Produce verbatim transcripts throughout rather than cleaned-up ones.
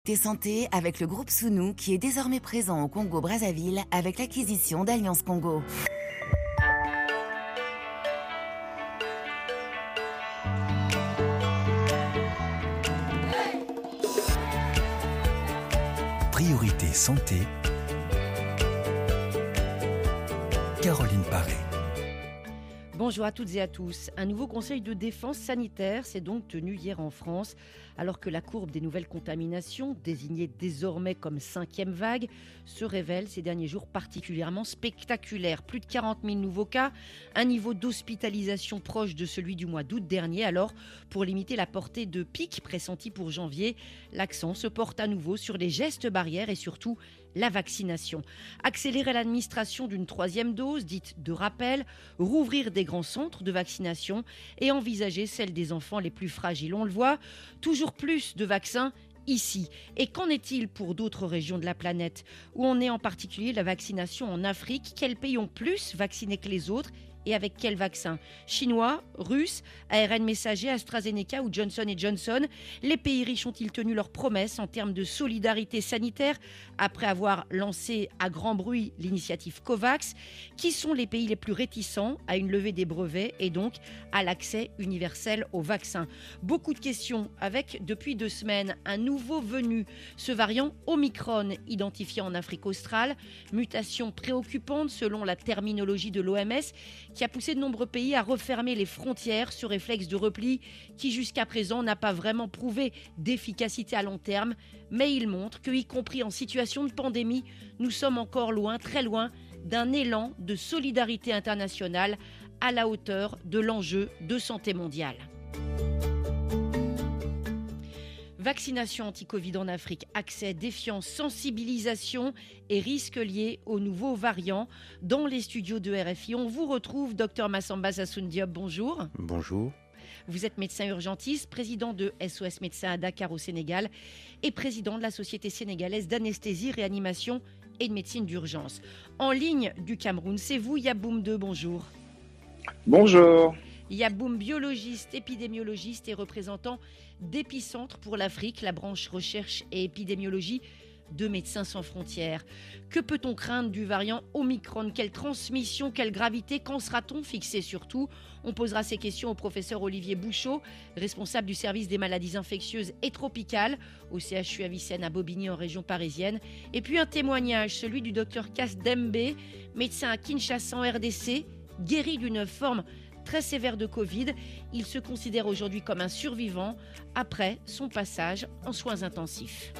T'es santé avec le groupe Sounou qui est désormais présent au Congo-Brazzaville avec l'acquisition d'Alliance Congo. Priorité santé. Caroline Paré. Bonjour à toutes et à tous. Un nouveau conseil de défense sanitaire s'est donc tenu hier en France, alors que la courbe des nouvelles contaminations, désignée désormais comme cinquième vague, se révèle ces derniers jours particulièrement spectaculaire. Plus de quarante mille nouveaux cas, un niveau d'hospitalisation proche de celui du mois d'août dernier. Alors, pour limiter la portée de pic pressenti pour janvier, l'accent se porte à nouveau sur les gestes barrières et surtout la vaccination. Accélérer l'administration d'une troisième dose, dite de rappel, rouvrir des grands centres de vaccination et envisager celle des enfants les plus fragiles. On le voit, toujours plus de vaccins ici. Et qu'en est-il pour d'autres régions de la planète, où on est en particulier la vaccination en Afrique? Quels pays ont plus vacciné que les autres? Et avec quel vaccin? Chinois, russes, A R N messager, AstraZeneca ou Johnson et Johnson? Les pays riches ont-ils tenu leurs promesses en termes de solidarité sanitaire après avoir lancé à grand bruit l'initiative COVAX? Qui sont les pays les plus réticents à une levée des brevets et donc à l'accès universel aux vaccins? Beaucoup de questions avec, depuis deux semaines, un nouveau venu, ce variant Omicron, identifié en Afrique australe. Mutation préoccupante selon la terminologie de l'O M S, qui a poussé de nombreux pays à refermer les frontières, ce réflexe de repli qui jusqu'à présent n'a pas vraiment prouvé d'efficacité à long terme, mais il montre que, y compris en situation de pandémie, nous sommes encore loin, très loin, d'un élan de solidarité internationale à la hauteur de l'enjeu de santé mondiale. Vaccination anti-Covid en Afrique, accès, défiance, sensibilisation et risques liés aux nouveaux variants. Dans les studios de R F I, on vous retrouve, Dr Massamba Sassoune Diop, bonjour. Bonjour. Vous êtes médecin urgentiste, président de S O S Médecins à Dakar au Sénégal et président de la Société sénégalaise d'anesthésie, réanimation et de médecine d'urgence. En ligne du Cameroun, c'est vous, Yaboum deux, bonjour. Bonjour. Yaboum, biologiste, épidémiologiste et représentant d'Épicentre pour l'Afrique, la branche recherche et épidémiologie de Médecins sans frontières. Que peut-on craindre du variant Omicron? Quelle transmission, quelle gravité? Quand sera-t-on fixé surtout? On posera ces questions au professeur Olivier Bouchot, responsable du service des maladies infectieuses et tropicales au C H U Avicenne à Bobigny en région parisienne. Et puis un témoignage, celui du docteur Kass Dembe, médecin à Kinshasa en R D C, guéri d'une forme très sévère de Covid. Il se considère aujourd'hui comme un survivant après son passage en soins intensifs.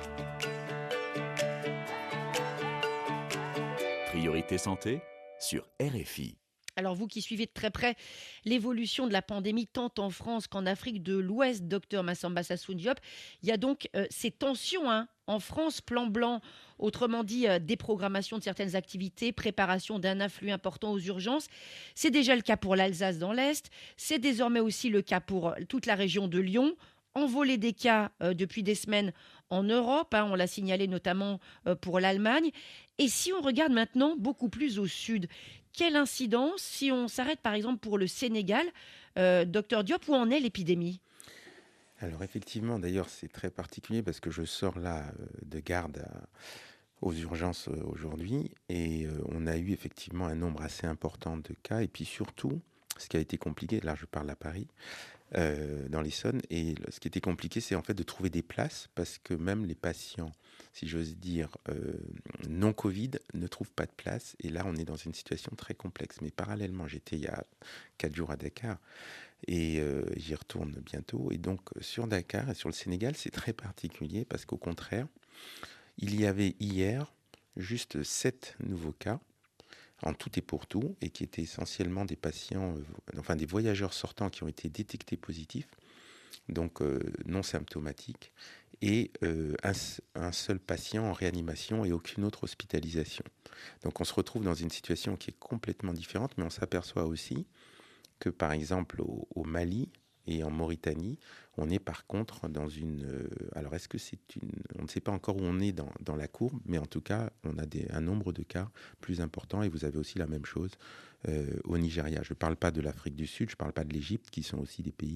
Priorité santé sur R F I. Alors vous qui suivez de très près l'évolution de la pandémie tant en France qu'en Afrique de l'Ouest, docteur Massamba Sassoune Diop, il y a donc euh, ces tensions hein, en France, plan blanc, autrement dit euh, déprogrammation de certaines activités, préparation d'un afflux important aux urgences. C'est déjà le cas pour l'Alsace dans l'Est, c'est désormais aussi le cas pour toute la région de Lyon. Envolée des cas euh, depuis des semaines en Europe, hein, on l'a signalé notamment euh, pour l'Allemagne. Et si on regarde maintenant beaucoup plus au sud, quelle incidence si on s'arrête par exemple pour le Sénégal, euh, docteur Diop, où en est l'épidémie? Alors effectivement, d'ailleurs, c'est très particulier parce que je sors là euh, de garde à- aux urgences euh, aujourd'hui et euh, on a eu effectivement un nombre assez important de cas et puis surtout, ce qui a été compliqué, là je parle à Paris, euh, dans l'Essonne, et le- ce qui était compliqué, c'est en fait de trouver des places parce que même les patients, si j'ose dire, euh, non Covid ne trouvent pas de place et là on est dans une situation très complexe. Mais parallèlement, j'étais il y a quatre jours à Dakar et euh, j'y retourne bientôt. Et donc sur Dakar et sur le Sénégal, c'est très particulier parce qu'au contraire, il y avait hier juste sept nouveaux cas en tout et pour tout, et qui étaient essentiellement des patients, euh, enfin des voyageurs sortants qui ont été détectés positifs, donc euh, non symptomatiques, et euh, un, s- un seul patient en réanimation et aucune autre hospitalisation. Donc on se retrouve dans une situation qui est complètement différente, mais on s'aperçoit aussi que par exemple au, au Mali et en Mauritanie, on est par contre dans une... euh, alors est-ce que c'est une... On ne sait pas encore où on est dans, dans la courbe, mais en tout cas, on a des, un nombre de cas plus important et vous avez aussi la même chose euh, au Nigeria. Je ne parle pas de l'Afrique du Sud, je ne parle pas de l'Égypte, qui sont aussi des pays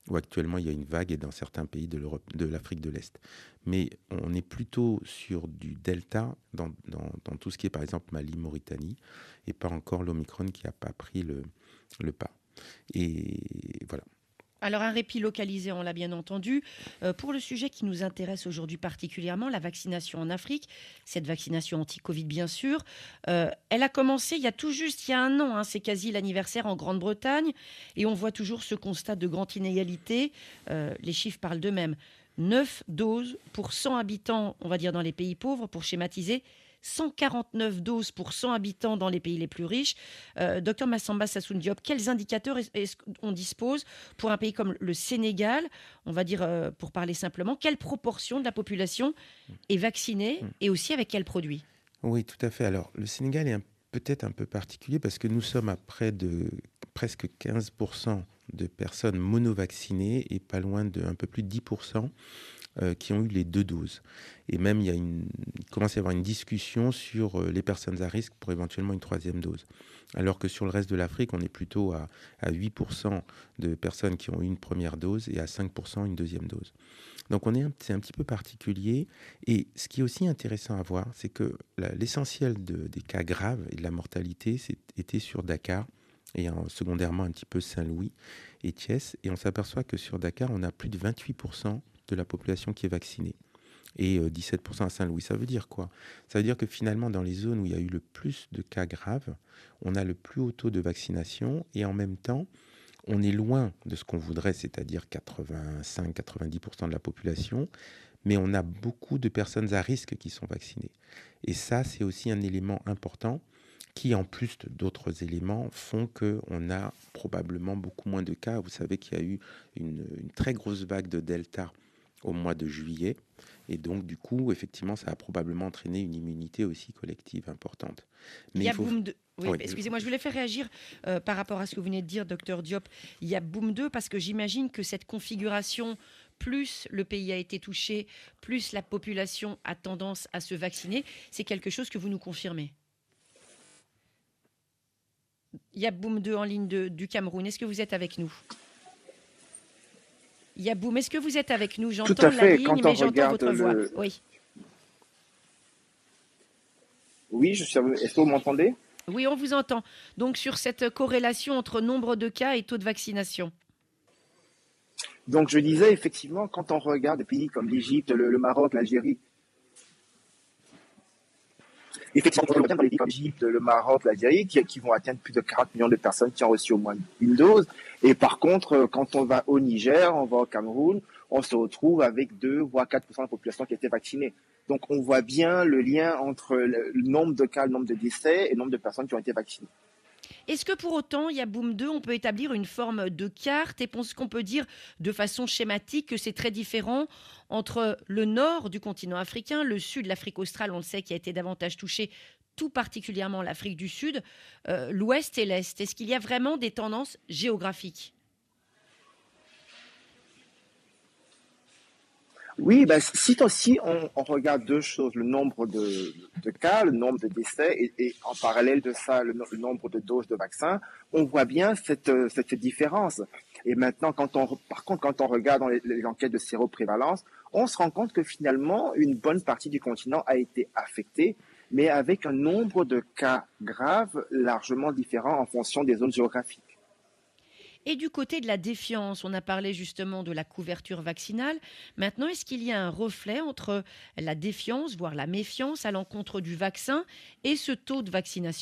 où actuellement il y a une vague et dans certains pays de l'Europe, de l'Afrique de l'Est. Mais on est plutôt sur du Delta dans, dans, dans tout ce qui est par exemple Mali, Mauritanie, et pas encore l'Omicron qui n'a pas pris le, le pas. Et voilà. Alors un répit localisé, on l'a bien entendu. Euh, pour le sujet qui nous intéresse aujourd'hui particulièrement, la vaccination en Afrique, cette vaccination anti-Covid bien sûr, euh, elle a commencé il y a tout juste il y a un an, hein, c'est quasi l'anniversaire en Grande-Bretagne, et on voit toujours ce constat de grande inégalité. Euh, les chiffres parlent d'eux-mêmes. neuf doses pour cent habitants, on va dire dans les pays pauvres, pour schématiser, cent quarante-neuf doses pour cent habitants dans les pays les plus riches. Euh, Docteur Massamba Sassoune Diop, quels indicateurs est-ce, est-ce qu'on dispose pour un pays comme le Sénégal, on va dire euh, pour parler simplement, quelle proportion de la population est vaccinée et aussi avec quels produits? Oui, tout à fait. Alors, le Sénégal est un, peut-être un peu particulier parce que nous sommes à près de presque quinze pour cent de personnes monovaccinées et pas loin de un peu plus de dix pour cent Euh, qui ont eu les deux doses. Et même, il, y a une, il commence à y avoir une discussion sur euh, les personnes à risque pour éventuellement une troisième dose. Alors que sur le reste de l'Afrique, on est plutôt à, à huit pour cent de personnes qui ont eu une première dose et à cinq pour cent une deuxième dose. Donc on est un, c'est un petit peu particulier. Et ce qui est aussi intéressant à voir, c'est que la, l'essentiel de, des cas graves et de la mortalité était sur Dakar et en, secondairement un petit peu Saint-Louis et Thiès. Et on s'aperçoit que sur Dakar, on a plus de vingt-huit pour cent de la population qui est vaccinée et euh, dix-sept pour cent à Saint-Louis. Ça veut dire quoi? Ça veut dire que finalement, dans les zones où il y a eu le plus de cas graves, on a le plus haut taux de vaccination et en même temps, on est loin de ce qu'on voudrait, c'est-à-dire quatre-vingt-cinq à quatre-vingt-dix pour cent de la population, mais on a beaucoup de personnes à risque qui sont vaccinées. Et ça, c'est aussi un élément important qui, en plus d'autres éléments, font qu'on a probablement beaucoup moins de cas. Vous savez qu'il y a eu une, une très grosse vague de Delta au mois de juillet. Et donc, du coup, effectivement, ça a probablement entraîné une immunité aussi collective importante. Mais il y a faut... boom deux. Oui, oui, excusez-moi, je voulais faire réagir euh, par rapport à ce que vous venez de dire, docteur Diop. Il y a boom deux parce que j'imagine que cette configuration, plus le pays a été touché, plus la population a tendance à se vacciner, c'est quelque chose que vous nous confirmez. Il y a boom deux en ligne de, du Cameroun. Est-ce que vous êtes avec nous? Yaboum, est-ce que vous êtes avec nous? J'entends la ligne, Quand mais j'entends votre le... voix. Oui. Oui, je suis... Est-ce que vous m'entendez? Oui, on vous entend. Donc, sur cette corrélation entre nombre de cas et taux de vaccination. Donc, je disais, effectivement, quand on regarde des pays comme l'Égypte, le, le Maroc, l'Algérie, effectivement, on regarde les pays comme l'Égypte, le Maroc, l'Algérie, qui, qui vont atteindre plus de quarante millions de personnes qui ont reçu au moins une dose. Et par contre, quand on va au Niger, on va au Cameroun, on se retrouve avec deux voire quatre pour cent de la population qui était vaccinée. Donc, on voit bien le lien entre le nombre de cas, le nombre de décès et le nombre de personnes qui ont été vaccinées. Est-ce que pour autant, il y a boom deux, on peut établir une forme de carte et pense qu'on peut dire de façon schématique que c'est très différent entre le nord du continent africain, le sud, l'Afrique australe, on le sait, qui a été davantage touché, tout particulièrement l'Afrique du Sud, euh, l'ouest et l'est. Est-ce qu'il y a vraiment des tendances géographiques ? Oui, ben, si, si on, on regarde deux choses, le nombre de, de cas, le nombre de décès et, et en parallèle de ça, le, le nombre de doses de vaccins, on voit bien cette, cette différence. Et maintenant, quand on, par contre, quand on regarde dans les, les enquêtes de séroprévalence, on se rend compte que finalement, une bonne partie du continent a été affectée, mais avec un nombre de cas graves largement différent en fonction des zones géographiques. Et du côté de la défiance, on a parlé justement de la couverture vaccinale. Maintenant, est-ce qu'il y a un reflet entre la défiance, voire la méfiance à l'encontre du vaccin et ce taux de vaccination ?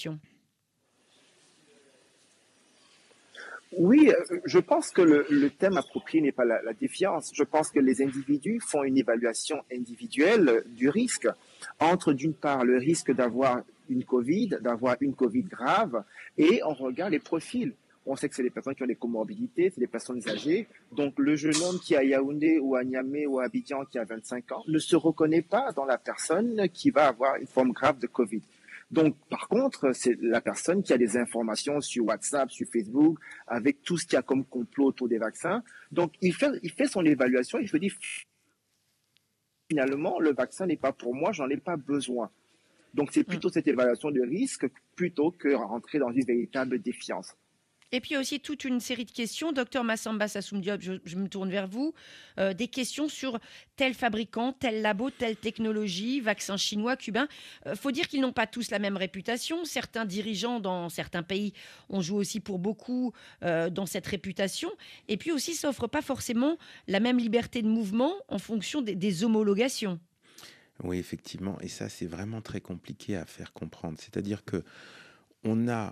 Oui, je pense que le, le thème approprié n'est pas la, la défiance. Je pense que les individus font une évaluation individuelle du risque entre, d'une part, le risque d'avoir une Covid, d'avoir une Covid grave, et on regarde les profils. On sait que c'est des personnes qui ont des comorbidités, c'est des personnes âgées. Donc, le jeune homme qui est à Yaoundé ou à Niamey ou à Abidjan qui a vingt-cinq ans ne se reconnaît pas dans la personne qui va avoir une forme grave de Covid. Donc, par contre, c'est la personne qui a des informations sur WhatsApp, sur Facebook, avec tout ce qu'il y a comme complot autour des vaccins. Donc, il fait, il fait son évaluation, il se dit, finalement, le vaccin n'est pas pour moi, j'en ai pas besoin. Donc, c'est plutôt cette évaluation de risque plutôt que rentrer dans une véritable défiance. Et puis il y a aussi toute une série de questions. Docteur Massamba Sassoum Diop, je, je me tourne vers vous. Euh, des questions sur tel fabricant, tel labo, telle technologie, vaccin chinois, cubain. Il euh, faut dire qu'ils n'ont pas tous la même réputation. Certains dirigeants dans certains pays ont joué aussi pour beaucoup euh, dans cette réputation. Et puis aussi, ça n'offre pas forcément la même liberté de mouvement en fonction des, des homologations. Oui, effectivement. Et ça, c'est vraiment très compliqué à faire comprendre. C'est-à-dire que on a...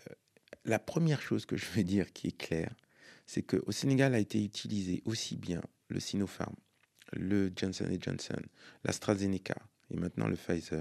La première chose que je veux dire qui est claire, c'est qu'au Sénégal a été utilisé aussi bien le Sinopharm, le Johnson and Johnson, l'AstraZeneca et maintenant le Pfizer.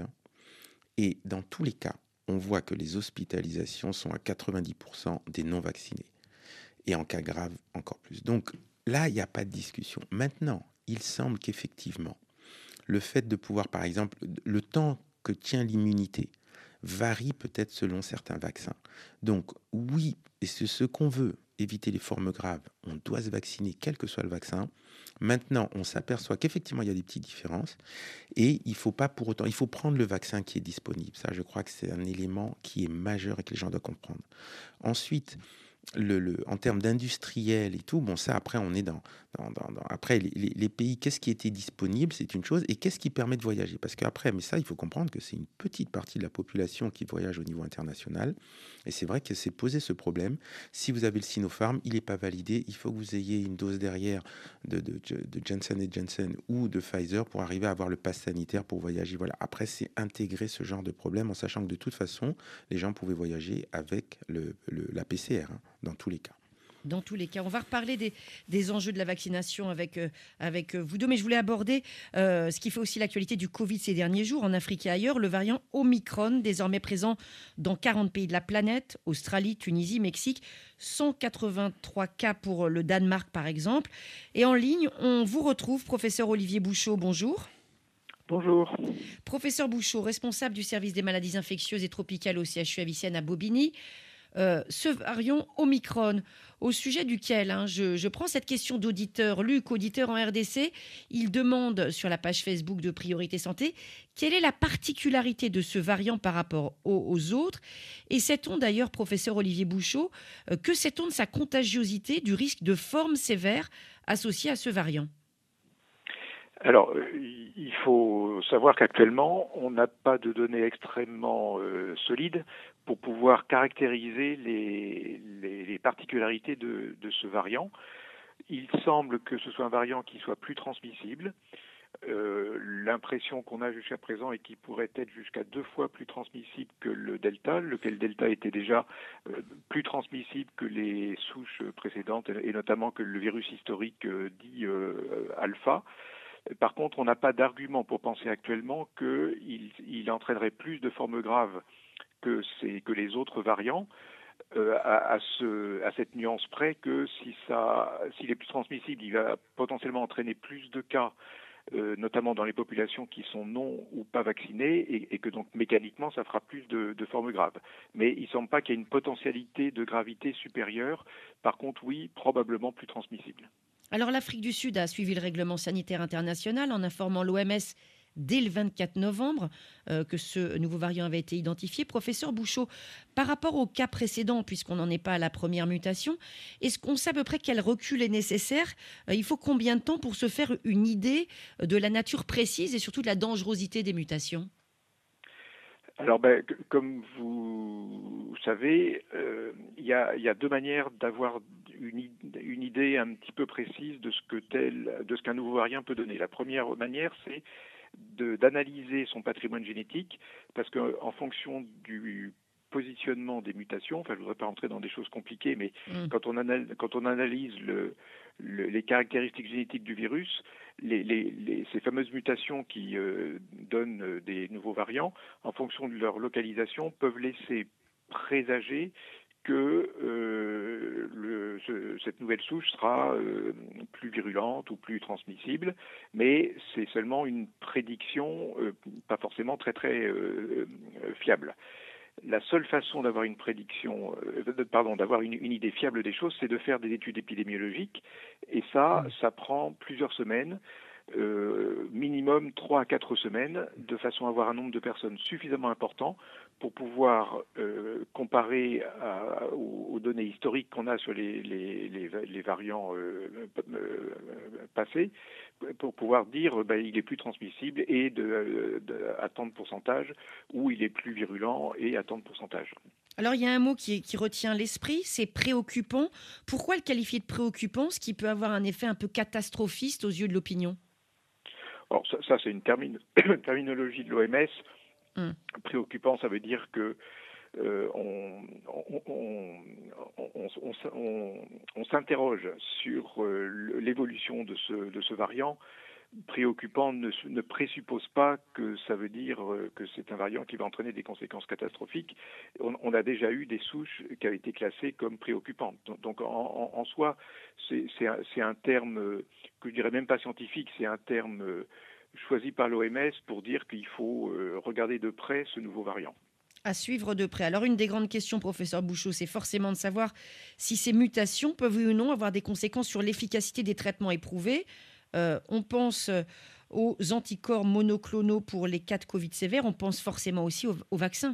Et dans tous les cas, on voit que les hospitalisations sont à quatre-vingt-dix pour cent des non-vaccinés. Et en cas grave, encore plus. Donc là, il n'y a pas de discussion. Maintenant, il semble qu'effectivement, le fait de pouvoir, par exemple, le temps que tient l'immunité varie peut-être selon certains vaccins. Donc oui, et c'est ce qu'on veut, éviter les formes graves, on doit se vacciner quel que soit le vaccin. Maintenant, on s'aperçoit qu'effectivement, il y a des petites différences et il ne faut pas pour autant, il faut prendre le vaccin qui est disponible. Ça, je crois que c'est un élément qui est majeur et que les gens doivent comprendre. Ensuite, Le, le, en termes d'industriel et tout, bon ça après on est dans, dans, dans, dans après les, les, les pays, qu'est-ce qui était disponible, c'est une chose, et qu'est-ce qui permet de voyager, parce qu'après, mais ça il faut comprendre que c'est une petite partie de la population qui voyage au niveau international, et c'est vrai que c'est posé ce problème. Si vous avez le Sinopharm, il n'est pas validé, il faut que vous ayez une dose derrière de, de, de Johnson and Johnson ou de Pfizer pour arriver à avoir le pass sanitaire pour voyager. Voilà. Après, c'est intégrer ce genre de problème en sachant que de toute façon, les gens pouvaient voyager avec le, le, la P C R, hein, dans tous les cas. Dans tous les cas, on va reparler des, des enjeux de la vaccination avec, euh, avec vous deux, mais je voulais aborder euh, ce qui fait aussi l'actualité du Covid ces derniers jours, en Afrique et ailleurs, le variant Omicron, désormais présent dans quarante pays de la planète, Australie, Tunisie, Mexique, cent quatre-vingt-trois cas pour le Danemark par exemple. Et en ligne, on vous retrouve, professeur Olivier Bouchot, bonjour. Bonjour. Professeur Bouchot, responsable du service des maladies infectieuses et tropicales au C H U Avicenne à Bobigny. Euh, ce variant Omicron, au sujet duquel hein, je, je prends cette question d'auditeur, Luc, auditeur en R D C, il demande sur la page Facebook de Priorité Santé, quelle est la particularité de ce variant par rapport aux, aux autres, et sait-on d'ailleurs, professeur Olivier Bouchot, euh, que sait-on de sa contagiosité, du risque de forme sévère associé à ce variant? Alors, il faut savoir qu'actuellement, on n'a pas de données extrêmement euh, solides pour pouvoir caractériser les, les, les particularités de, de ce variant. Il semble que ce soit un variant qui soit plus transmissible. Euh, l'impression qu'on a jusqu'à présent est qu'il pourrait être jusqu'à deux fois plus transmissible que le Delta, lequel Delta était déjà euh, plus transmissible que les souches précédentes et notamment que le virus historique euh, dit euh, Alpha. Par contre, on n'a pas d'argument pour penser actuellement qu'il il entraînerait plus de formes graves que, ces, que les autres variants, euh, à, à, ce, à cette nuance près que si ça, s'il est plus transmissible, il va potentiellement entraîner plus de cas, euh, notamment dans les populations qui sont non ou pas vaccinées, et, et que donc mécaniquement, ça fera plus de, de formes graves. Mais il ne semble pas qu'il y ait une potentialité de gravité supérieure. Par contre, oui, probablement plus transmissible. Alors l'Afrique du Sud a suivi le règlement sanitaire international en informant l'O M S dès le vingt-quatre novembre euh, que ce nouveau variant avait été identifié. Professeur Bouchot, par rapport au cas précédent, puisqu'on n'en est pas à la première mutation, est-ce qu'on sait à peu près quel recul est nécessaire? euh, Il faut combien de temps pour se faire une idée de la nature précise et surtout de la dangerosité des mutations? Alors, ben, comme vous savez, euh, il y a, y a deux manières d'avoir une, une idée un petit peu précise de ce que tel, de ce qu'un nouveau variant peut donner. La première manière, c'est de, d'analyser son patrimoine génétique, parce qu'en fonction du positionnement des mutations, enfin, je ne voudrais pas rentrer dans des choses compliquées, mais mmh. quand on analyse, quand on analyse le, le, les caractéristiques génétiques du virus, les, les, les, ces fameuses mutations qui euh, donnent euh, des nouveaux variants, en fonction de leur localisation, peuvent laisser présager que euh, le, ce, cette nouvelle souche sera euh, plus virulente ou plus transmissible, mais c'est seulement une prédiction euh, pas forcément très très euh, fiable. La seule façon d'avoir une prédiction, euh, pardon, d'avoir une, une idée fiable des choses, c'est de faire des études épidémiologiques, et ça, ça prend plusieurs semaines. euh, minimum trois à quatre semaines, de façon à avoir un nombre de personnes suffisamment important pour pouvoir euh, comparer à, aux, aux données historiques qu'on a sur les, les, les, les variants euh, euh, passés, pour pouvoir dire ben, il est plus transmissible et de, de, à tant de pourcentage, ou il est plus virulent et à tant de pourcentage. Alors, il y a un mot qui, qui retient l'esprit, c'est préoccupant. Pourquoi le qualifier de préoccupant, ce qui peut avoir un effet un peu catastrophiste aux yeux de l'opinion ? Alors, ça, ça c'est une termine, terminologie de l'O M S. Hum. Préoccupant, ça veut dire que euh, on, on, on, on, on, on s'interroge sur euh, l'évolution de ce, de ce variant. Préoccupant ne, ne présuppose pas que ça veut dire que c'est un variant qui va entraîner des conséquences catastrophiques. On, on a déjà eu des souches qui avaient été classées comme préoccupantes. Donc, donc en, en, en soi, c'est, c'est, un, c'est un terme que je dirais même pas scientifique, c'est un terme choisi par l'O M S pour dire qu'il faut regarder de près ce nouveau variant. À suivre de près. Alors, une des grandes questions, professeur Bouchot, c'est forcément de savoir si ces mutations peuvent ou non avoir des conséquences sur l'efficacité des traitements éprouvés. Euh, on pense aux anticorps monoclonaux pour les cas de Covid sévères, on pense forcément aussi au, au vaccin.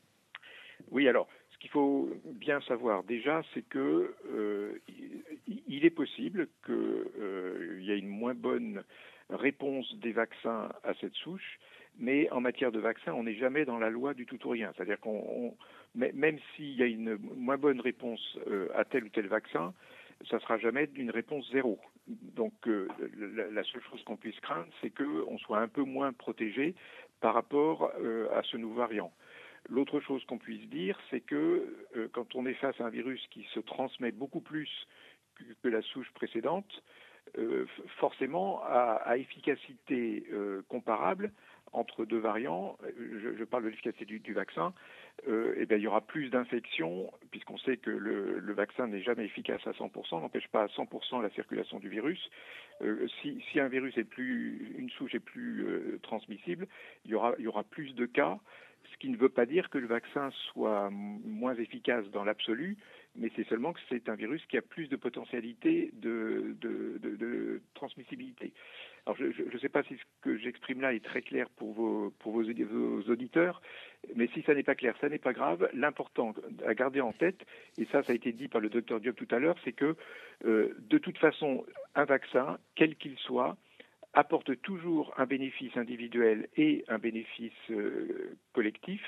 Oui, alors, ce qu'il faut bien savoir déjà, c'est que euh, il est possible qu'il euh, y ait une moins bonne réponse des vaccins à cette souche, mais en matière de vaccin, on n'est jamais dans la loi du tout ou rien. C'est-à-dire qu'on, on, même s'il y a une moins bonne réponse euh, à tel ou tel vaccin, ça ne sera jamais d'une réponse zéro. Donc euh, la, la seule chose qu'on puisse craindre, c'est qu'on soit un peu moins protégé par rapport euh, à ce nouveau variant. L'autre chose qu'on puisse dire, c'est que euh, quand on est face à un virus qui se transmet beaucoup plus que, que la souche précédente, euh, forcément à, à efficacité euh, comparable entre deux variants, je, je parle de l'efficacité du, du vaccin, euh, eh bien, il y aura plus d'infections, puisqu'on sait que le, le vaccin n'est jamais efficace à cent pour cent, n'empêche pas à cent pour cent la circulation du virus. Euh, si, si un virus est plus, une souche est plus euh, transmissible, il y aura, il y aura plus de cas, ce qui ne veut pas dire que le vaccin soit moins efficace dans l'absolu, mais c'est seulement que c'est un virus qui a plus de potentialité de, de, de, de transmissibilité. Alors, je ne sais pas si ce que j'exprime là est très clair pour vos, pour vos, vos auditeurs, mais si ça n'est pas clair, ça n'est pas grave. L'important à garder en tête, et ça, ça a été dit par le docteur Diop tout à l'heure, c'est que euh, de toute façon, un vaccin, quel qu'il soit, apporte toujours un bénéfice individuel et un bénéfice euh, collectif,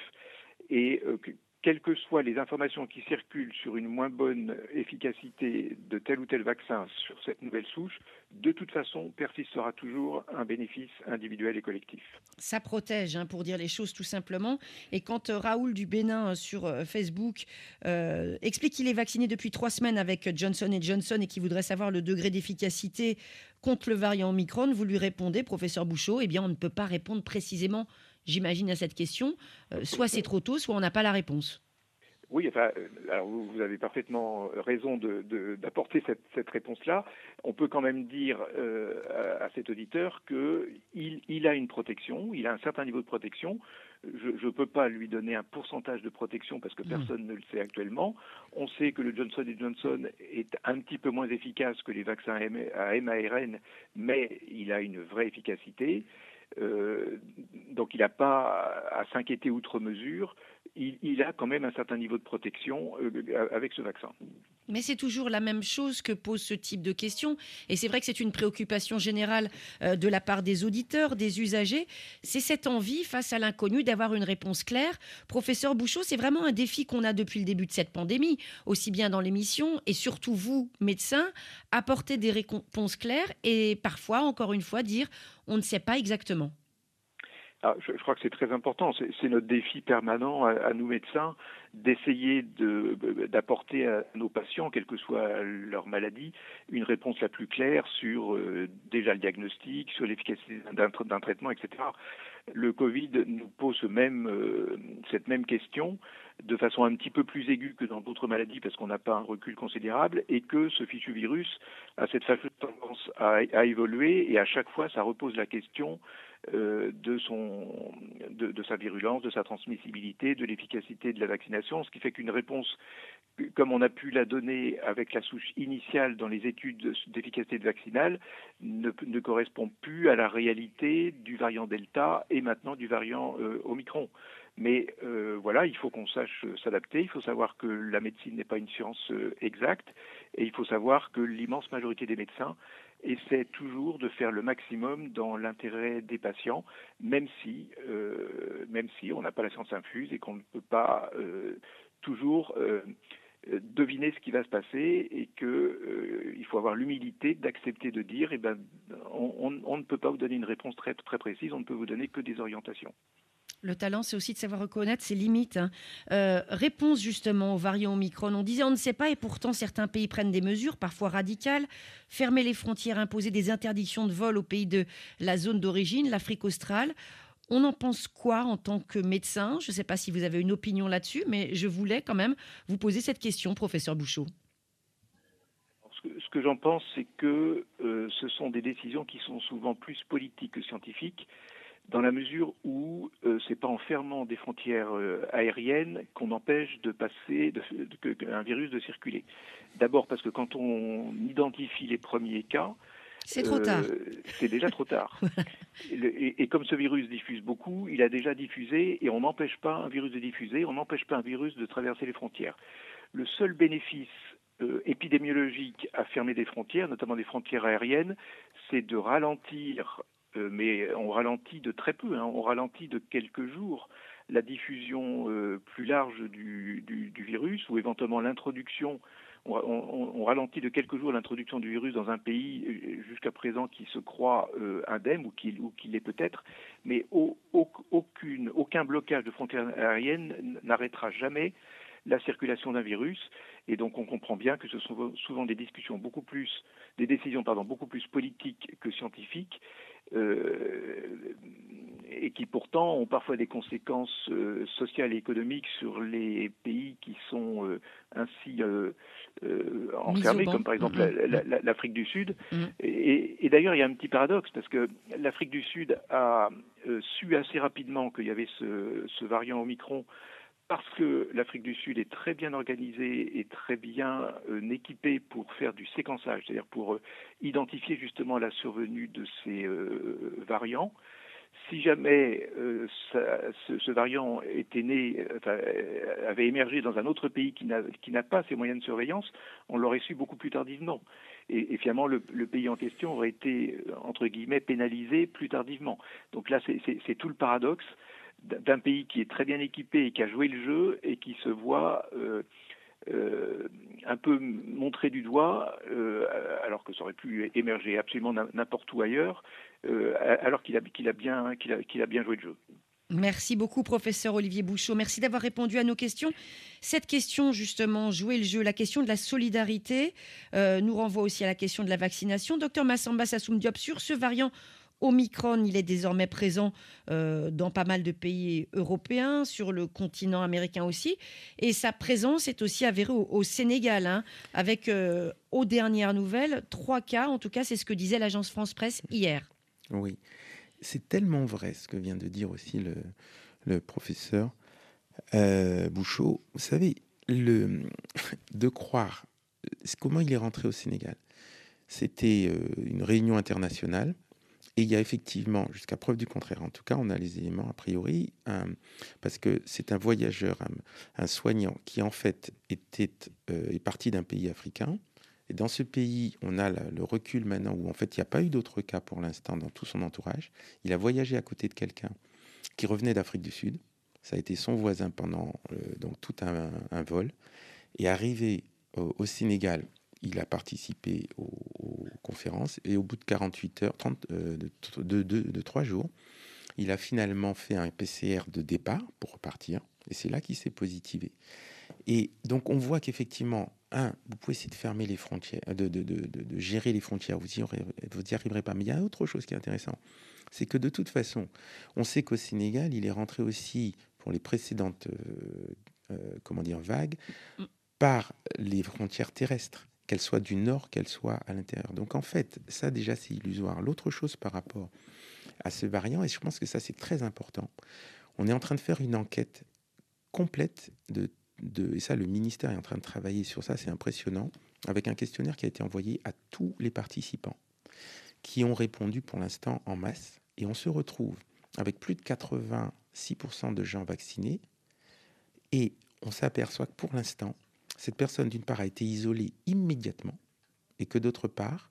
et euh, quelles que soient les informations qui circulent sur une moins bonne efficacité de tel ou tel vaccin sur cette nouvelle souche, de toute façon, persistera toujours un bénéfice individuel et collectif. Ça protège, hein, pour dire les choses tout simplement. Et quand euh, Raoul du Bénin sur euh, Facebook euh, explique qu'il est vacciné depuis trois semaines avec Johnson et Johnson et qu'il voudrait savoir le degré d'efficacité contre le variant Omicron, vous lui répondez, professeur Bouchot, eh bien on ne peut pas répondre précisément, j'imagine, à cette question. Euh, soit c'est trop tôt, soit on n'a pas la réponse. Oui, enfin, alors vous avez parfaitement raison de, de, d'apporter cette, cette réponse-là. On peut quand même dire euh, à, à cet auditeur qu'il il a une protection, il a un certain niveau de protection. Je ne peux pas lui donner un pourcentage de protection parce que personne mmh. ne le sait actuellement. On sait que le Johnson et Johnson est un petit peu moins efficace que les vaccins à M A R N, mais il a une vraie efficacité. Euh, donc il n'a pas à s'inquiéter outre mesure. Il, il a quand même un certain niveau de protection euh, avec ce vaccin. Mais c'est toujours la même chose que pose ce type de questions. Et c'est vrai que c'est une préoccupation générale euh, de la part des auditeurs, des usagers. C'est cette envie, face à l'inconnu, d'avoir une réponse claire. Professeur Bouchot, c'est vraiment un défi qu'on a depuis le début de cette pandémie, aussi bien dans l'émission et surtout vous, médecins, apporter des réponses claires et parfois, encore une fois, dire on ne sait pas exactement. Ah, je, je crois que c'est très important. C'est, c'est notre défi permanent à, à nous médecins d'essayer de, d'apporter à nos patients, quelle que soit leur maladie, une réponse la plus claire sur euh, déjà le diagnostic, sur l'efficacité d'un, d'un traitement, et cetera. Le Covid nous pose même, euh, cette même question de façon un petit peu plus aiguë que dans d'autres maladies parce qu'on n'a pas un recul considérable et que ce fichu virus a cette fâcheuse tendance à, à évoluer et à chaque fois ça repose la question euh, de, son, de, de sa virulence, de sa transmissibilité, de l'efficacité de la vaccination, ce qui fait qu'une réponse comme on a pu la donner avec la souche initiale dans les études d'efficacité vaccinale, ne, ne correspond plus à la réalité du variant Delta et maintenant du variant euh, Omicron. Mais euh, voilà, il faut qu'on sache s'adapter, il faut savoir que la médecine n'est pas une science euh, exacte, et il faut savoir que l'immense majorité des médecins essaie toujours de faire le maximum dans l'intérêt des patients, même si, euh, même si on n'a pas la science infuse et qu'on ne peut pas euh, toujours euh, deviner ce qui va se passer, et qu'il euh, faut avoir l'humilité d'accepter de dire eh ben, on, on, on ne peut pas vous donner une réponse très, très précise, on ne peut vous donner que des orientations. Le talent, c'est aussi de savoir reconnaître ses limites. Hein. Euh, réponse justement au variant Omicron. On disait on ne sait pas et pourtant certains pays prennent des mesures, parfois radicales. Fermer les frontières, imposer des interdictions de vol au pays de la zone d'origine, l'Afrique australe. On en pense quoi en tant que médecin ? Je ne sais pas si vous avez une opinion là-dessus, mais je voulais quand même vous poser cette question, professeur Bouchot. Ce que, ce que j'en pense, c'est que euh, ce sont des décisions qui sont souvent plus politiques que scientifiques, dans la mesure où euh, c'est pas en fermant des frontières euh, aériennes qu'on empêche de passer de, de, de, un virus de circuler. D'abord parce que quand on identifie les premiers cas, c'est trop tard. Euh, c'est déjà trop tard. et, et, et comme ce virus diffuse beaucoup, il a déjà diffusé, et on n'empêche pas un virus de diffuser, on n'empêche pas un virus de traverser les frontières. Le seul bénéfice euh, épidémiologique à fermer des frontières, notamment des frontières aériennes, c'est de ralentir. Euh, mais on ralentit de très peu, hein, on ralentit de quelques jours la diffusion euh, plus large du, du, du virus, ou éventuellement l'introduction, on, on, on ralentit de quelques jours l'introduction du virus dans un pays euh, jusqu'à présent qui se croit euh, indemne, ou qui, ou qui l'est peut-être, mais au, au, aucune, aucun blocage de frontières aériennes n'arrêtera jamais la circulation d'un virus, et donc on comprend bien que ce sont souvent des discussions beaucoup plus, des décisions pardon, beaucoup plus politiques que scientifiques, Euh, et qui pourtant ont parfois des conséquences euh, sociales et économiques sur les pays qui sont euh, ainsi euh, euh, enfermés, comme par exemple mmh. la, la, l'Afrique du Sud. Mmh. Et, et d'ailleurs, il y a un petit paradoxe, parce que l'Afrique du Sud a euh, su assez rapidement qu'il y avait ce, ce variant Omicron, parce que l'Afrique du Sud est très bien organisée et très bien euh, équipée pour faire du séquençage, c'est-à-dire pour euh, identifier justement la survenue de ces euh, variants. Si jamais euh, ça, ce, ce variant était né, enfin, avait émergé dans un autre pays qui n'a, qui n'a pas ces moyens de surveillance, on l'aurait su beaucoup plus tardivement. Et, et finalement, le, le pays en question aurait été, entre guillemets, pénalisé plus tardivement. Donc là, c'est, c'est, c'est tout le paradoxe d'un pays qui est très bien équipé et qui a joué le jeu, et qui se voit euh, euh, un peu montré du doigt, euh, alors que ça aurait pu émerger absolument n'importe où ailleurs, euh, alors qu'il a, qu'il a bien, qu'il a, qu'il a bien joué le jeu. Merci beaucoup, professeur Olivier Bouchot. Merci d'avoir répondu à nos questions. Cette question, justement, jouer le jeu, la question de la solidarité, euh, nous renvoie aussi à la question de la vaccination. Docteur Massamba Sassoum Diop, sur ce variant Omicron, il est désormais présent euh, dans pas mal de pays européens, sur le continent américain aussi. Et sa présence est aussi avérée au, au Sénégal, hein, avec, euh, aux dernières nouvelles, trois cas. En tout cas, c'est ce que disait l'agence France Presse hier. Oui, c'est tellement vrai ce que vient de dire aussi le, le professeur euh, Bouchot. Vous savez, le, de croire, comment il est rentré au Sénégal. C'était euh, une réunion internationale. Et il y a effectivement, jusqu'à preuve du contraire, en tout cas, on a les éléments a priori, un, parce que c'est un voyageur, un, un soignant qui en fait était, euh, est parti d'un pays africain. Et dans ce pays, on a la, le recul maintenant où en fait il n'y a pas eu d'autres cas pour l'instant dans tout son entourage. Il a voyagé à côté de quelqu'un qui revenait d'Afrique du Sud. Ça a été son voisin pendant euh, donc tout un, un vol. Et arrivé au, au Sénégal, il a participé aux, aux conférences, et au bout de quarante-huit heures, trente, euh, de, de, de, de trois jours, il a finalement fait un P C R de départ pour repartir, et c'est là qu'il s'est positivé. Et donc on voit qu'effectivement, un, vous pouvez essayer de fermer les frontières, de, de, de, de, de gérer les frontières, vous n'y vous y arriverez pas. Mais il y a autre chose qui est intéressant, c'est que de toute façon, on sait qu'au Sénégal, il est rentré aussi pour les précédentes, euh, euh, comment dire, vagues, par les frontières terrestres, qu'elles soient du nord, qu'elles soient à l'intérieur. Donc en fait, ça déjà c'est illusoire. L'autre chose par rapport à ce variant, et je pense que ça c'est très important, on est en train de faire une enquête complète de de... Et ça, le ministère est en train de travailler sur ça, c'est impressionnant, avec un questionnaire qui a été envoyé à tous les participants, qui ont répondu pour l'instant en masse. Et on se retrouve avec plus de quatre-vingt-six pour cent de gens vaccinés. Et on s'aperçoit que pour l'instant, cette personne, d'une part, a été isolée immédiatement. Et que d'autre part,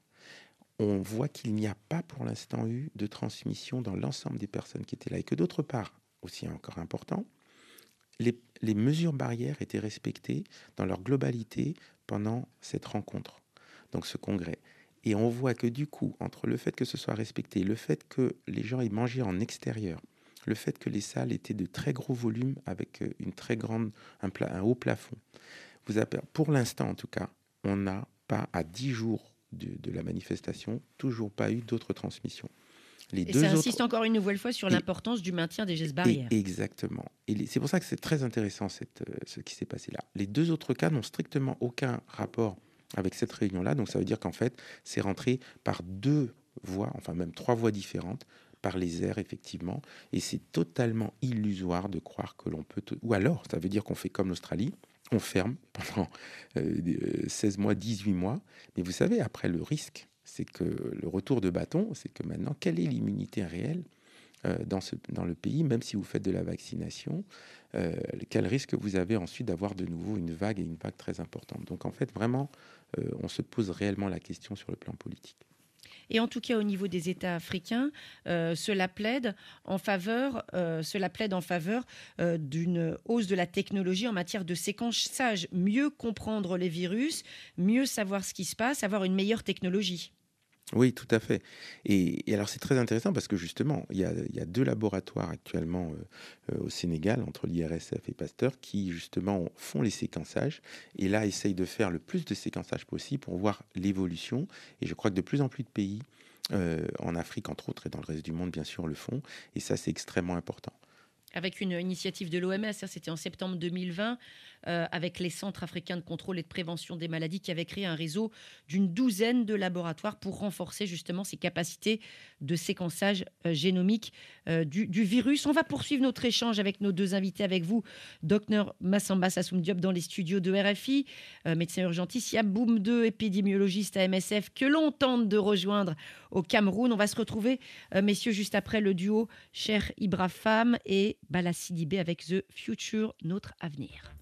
on voit qu'il n'y a pas pour l'instant eu de transmission dans l'ensemble des personnes qui étaient là. Et que d'autre part, aussi encore important, les, les mesures barrières étaient respectées dans leur globalité pendant cette rencontre, donc ce congrès. Et on voit que du coup, entre le fait que ce soit respecté, le fait que les gens aient mangé en extérieur, le fait que les salles étaient de très gros volumes avec une très grande, un, pla, un haut plafond, vous avez, pour l'instant en tout cas, on n'a pas à dix jours de, de la manifestation, toujours pas eu d'autres transmissions. Les et deux ça autres... insiste encore une nouvelle fois sur et, l'importance du maintien des gestes barrières. Et exactement. Et les, c'est pour ça que c'est très intéressant cette, euh, ce qui s'est passé là. Les deux autres cas n'ont strictement aucun rapport avec cette réunion-là. Donc ça veut dire qu'en fait, c'est rentré par deux voies, enfin même trois voies différentes, par les airs effectivement. Et c'est totalement illusoire de croire que l'on peut... T- Ou alors, ça veut dire qu'on fait comme l'Australie, on ferme pendant euh, seize mois, dix-huit mois. Mais vous savez, après le risque, c'est que le retour de bâton, c'est que maintenant, quelle est l'immunité réelle euh, dans, ce, dans le pays, même si vous faites de la vaccination, euh, quel risque vous avez ensuite d'avoir de nouveau une vague et une vague très importante. Donc en fait, vraiment, euh, on se pose réellement la question sur le plan politique. Et en tout cas, au niveau des États africains, euh, cela plaide en faveur, euh, cela plaide en faveur euh, d'une hausse de la technologie en matière de séquençage. Mieux comprendre les virus, mieux savoir ce qui se passe, avoir une meilleure technologie. Oui, tout à fait. Et, et alors, c'est très intéressant parce que justement, il y a, il y a deux laboratoires actuellement euh, euh, au Sénégal, entre l'I R S F et Pasteur, qui justement font les séquençages et là essayent de faire le plus de séquençage possible pour voir l'évolution. Et je crois que de plus en plus de pays, euh, en Afrique entre autres, et dans le reste du monde, bien sûr, le font. Et ça, c'est extrêmement important. Avec une initiative de l'O M S, c'était en septembre deux mille vingt, euh, avec les Centres africains de contrôle et de prévention des maladies qui avaient créé un réseau d'une douzaine de laboratoires pour renforcer justement ces capacités de séquençage euh, génomique euh, du, du virus. On va poursuivre notre échange avec nos deux invités, avec vous, docteur Massamba Sassoum Diop dans les studios de R F I, euh, médecin urgentiste, Yaboum deux, épidémiologiste à M S F, que l'on tente de rejoindre au Cameroun. On va se retrouver, euh, messieurs, juste après le duo Cher Ibra Fam et Bala Sidibé avec The Future, notre avenir.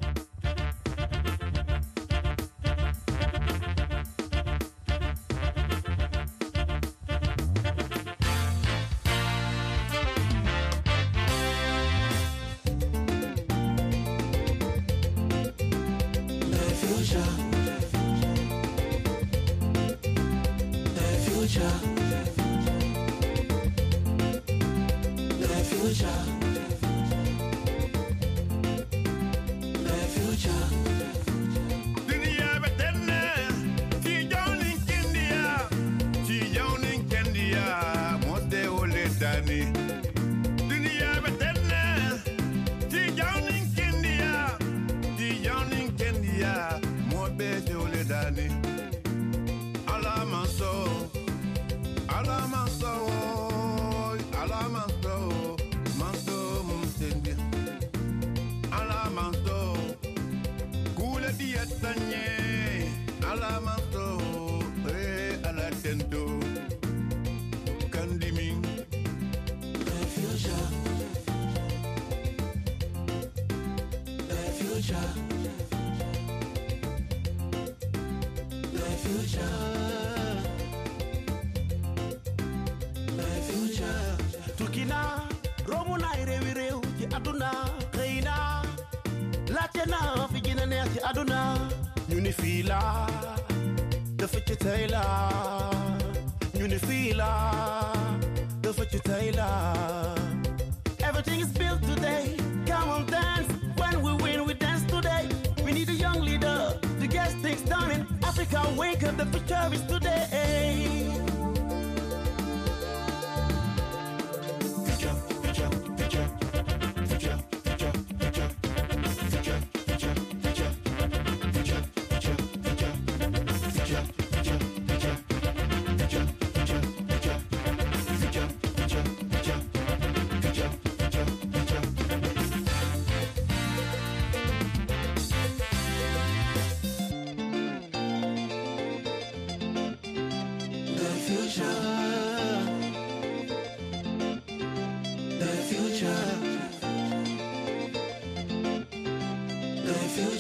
Everything is built today. Come on, dance. When we win, we dance today. We need a young leader to get things done in Africa. Wake up, the future is today.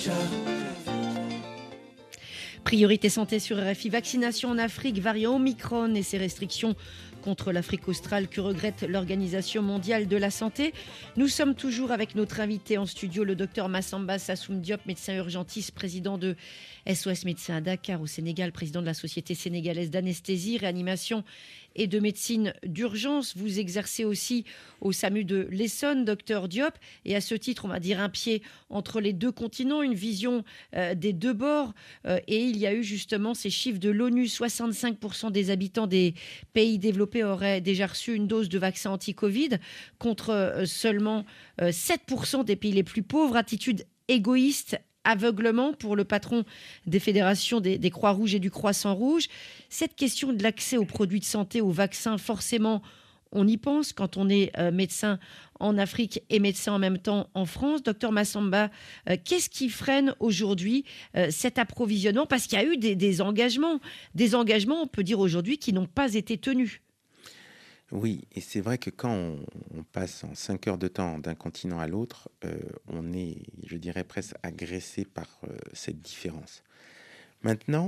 Priorité santé sur R F I, vaccination en Afrique, variant Omicron et ses restrictions contre l'Afrique australe que regrette l'Organisation mondiale de la santé. Nous sommes toujours avec notre invité en studio, le docteur Massamba Sassoum Diop, médecin urgentiste, président de S O S Médecins à Dakar au Sénégal, président de la Société sénégalaise d'anesthésie, réanimation et de médecine d'urgence. Vous exercez aussi au SAMU de l'Essonne, docteur Diop, et à ce titre, on va dire un pied entre les deux continents, une vision euh, des deux bords. Euh, et il y a eu justement ces chiffres de l'ONU, soixante-cinq pour cent des habitants des pays développés auraient déjà reçu une dose de vaccin anti-Covid, contre euh, seulement euh, sept pour cent des pays les plus pauvres. Attitude égoïste, aveuglement pour le patron des fédérations des, des Croix-Rouges et du Croissant-Rouge. Cette question de l'accès aux produits de santé, aux vaccins, forcément, on y pense quand on est euh, médecin en Afrique et médecin en même temps en France. Docteur Massamba, euh, qu'est-ce qui freine aujourd'hui euh, cet approvisionnement? Parce qu'il y a eu des, des engagements, des engagements, on peut dire aujourd'hui, qui n'ont pas été tenus. Oui, et c'est vrai que quand on, on passe en cinq heures de temps d'un continent à l'autre, euh, on est, je dirais, presque agressé par euh, cette différence. Maintenant,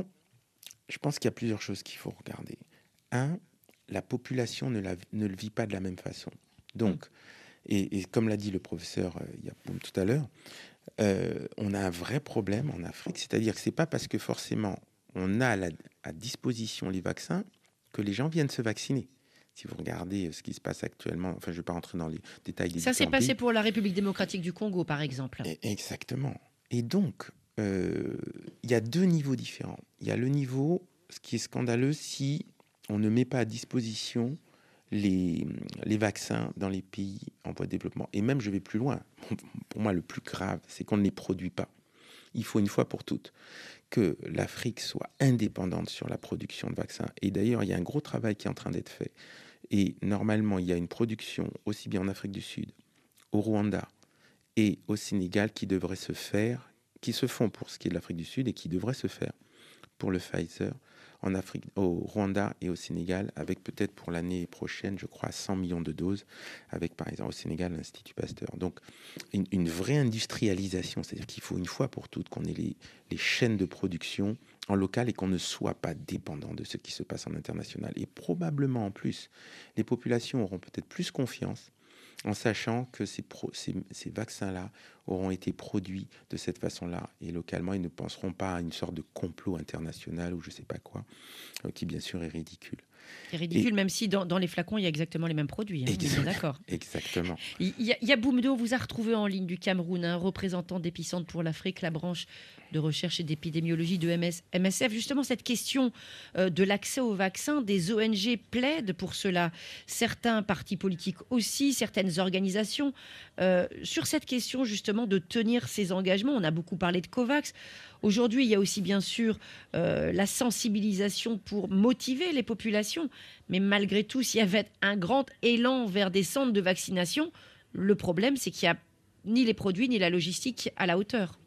je pense qu'il y a plusieurs choses qu'il faut regarder. Un, la population ne, la, ne le vit pas de la même façon. Donc, mmh. et, et comme l'a dit le professeur euh, il y a, tout à l'heure, euh, on a un vrai problème en Afrique, c'est-à-dire que c'est pas parce que forcément on a à, la, à disposition les vaccins que les gens viennent se vacciner. Si vous regardez ce qui se passe actuellement, enfin, je ne vais pas rentrer dans les détails des Ça s'est passé pays. pour la République démocratique du Congo, par exemple. Et, exactement. Et donc, euh, il y a deux niveaux différents. Il y a le niveau, ce qui est scandaleux, si on ne met pas à disposition les, les vaccins dans les pays en voie de développement. Et même, je vais plus loin. Pour moi, le plus grave, c'est qu'on ne les produit pas. Il faut une fois pour toutes que l'Afrique soit indépendante sur la production de vaccins. Et d'ailleurs, il y a un gros travail qui est en train d'être fait. Et normalement, il y a une production aussi bien en Afrique du Sud, au Rwanda et au Sénégal qui devrait se faire, qui se font pour ce qui est de l'Afrique du Sud et qui devraient se faire pour le Pfizer en Afrique, au Rwanda et au Sénégal, avec peut-être pour l'année prochaine, je crois, cent millions de doses, avec par exemple au Sénégal l'Institut Pasteur. Donc une, une vraie industrialisation, c'est-à-dire qu'il faut une fois pour toutes qu'on ait les, les chaînes de production en local et qu'on ne soit pas dépendant de ce qui se passe en international. Et probablement en plus, les populations auront peut-être plus confiance en sachant que ces, pro, ces, ces vaccins-là auront été produits de cette façon-là. Et localement, ils ne penseront pas à une sorte de complot international ou je ne sais pas quoi, euh, qui bien sûr est ridicule. C'est ridicule, et, même si dans, dans les flacons, il y a exactement les mêmes produits. Hein, exact, d'accord. Exactement. Il y a, il y a Boumdo, on vous a retrouvé en ligne du Cameroun, un représentant d'Épicentre pour l'Afrique, la branche de recherche et d'épidémiologie de M S, M S F. Justement, cette question euh, de l'accès aux vaccins, des O N G plaident pour cela. Certains partis politiques aussi, certaines organisations. Euh, sur cette question, justement, de tenir ces engagements, on a beaucoup parlé de COVAX. Aujourd'hui, il y a aussi, bien sûr, euh, la sensibilisation pour motiver les populations. Mais malgré tout, s'il y avait un grand élan vers des centres de vaccination, le problème, c'est qu'il n'y a ni les produits, ni la logistique à la hauteur.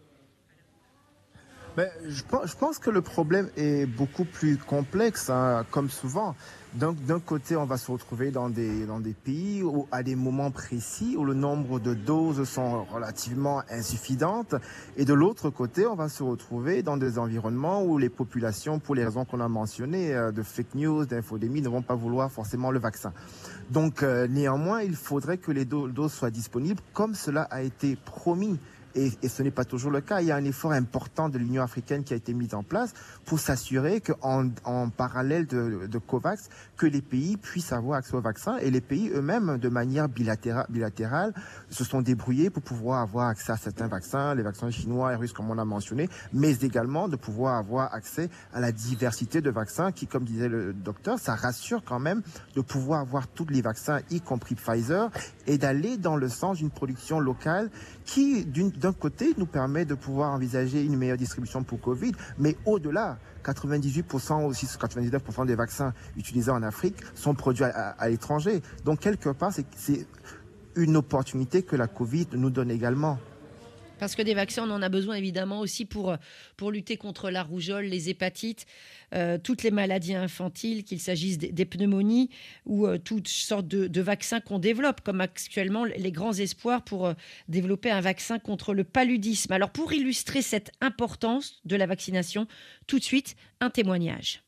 Ben, je, pense, je pense que le problème est beaucoup plus complexe, hein, comme souvent. Donc, d'un côté, on va se retrouver dans des, dans des pays où, à des moments précis où le nombre de doses sont relativement insuffisantes. Et de l'autre côté, on va se retrouver dans des environnements où les populations, pour les raisons qu'on a mentionnées, euh, de fake news, d'infodémie, ne vont pas vouloir forcément le vaccin. Donc, euh, néanmoins, il faudrait que les do- doses soient disponibles comme cela a été promis. Et, et ce n'est pas toujours le cas. Il y a un effort important de l'Union africaine qui a été mis en place pour s'assurer qu'en en parallèle de, de COVAX, que les pays puissent avoir accès au vaccin. Et les pays eux-mêmes, de manière bilatérale, bilatérale, se sont débrouillés pour pouvoir avoir accès à certains vaccins, les vaccins chinois et russes comme on a mentionné, mais également de pouvoir avoir accès à la diversité de vaccins qui, comme disait le docteur, ça rassure quand même de pouvoir avoir tous les vaccins, y compris Pfizer, et d'aller dans le sens d'une production locale qui, d'une d'un côté, nous permet de pouvoir envisager une meilleure distribution pour Covid, mais au-delà, quatre-vingt-dix-huit pour cent aussi quatre-vingt-dix-neuf pour cent des vaccins utilisés en Afrique sont produits à, à, à l'étranger. Donc, quelque part, c'est, c'est une opportunité que la Covid nous donne également. Parce que des vaccins, on en a besoin évidemment aussi pour, pour lutter contre la rougeole, les hépatites, euh, toutes les maladies infantiles, qu'il s'agisse des, des pneumonies ou euh, toutes sortes de, de vaccins qu'on développe, comme actuellement les grands espoirs pour euh, développer un vaccin contre le paludisme. Alors pour illustrer cette importance de la vaccination, tout de suite, un témoignage.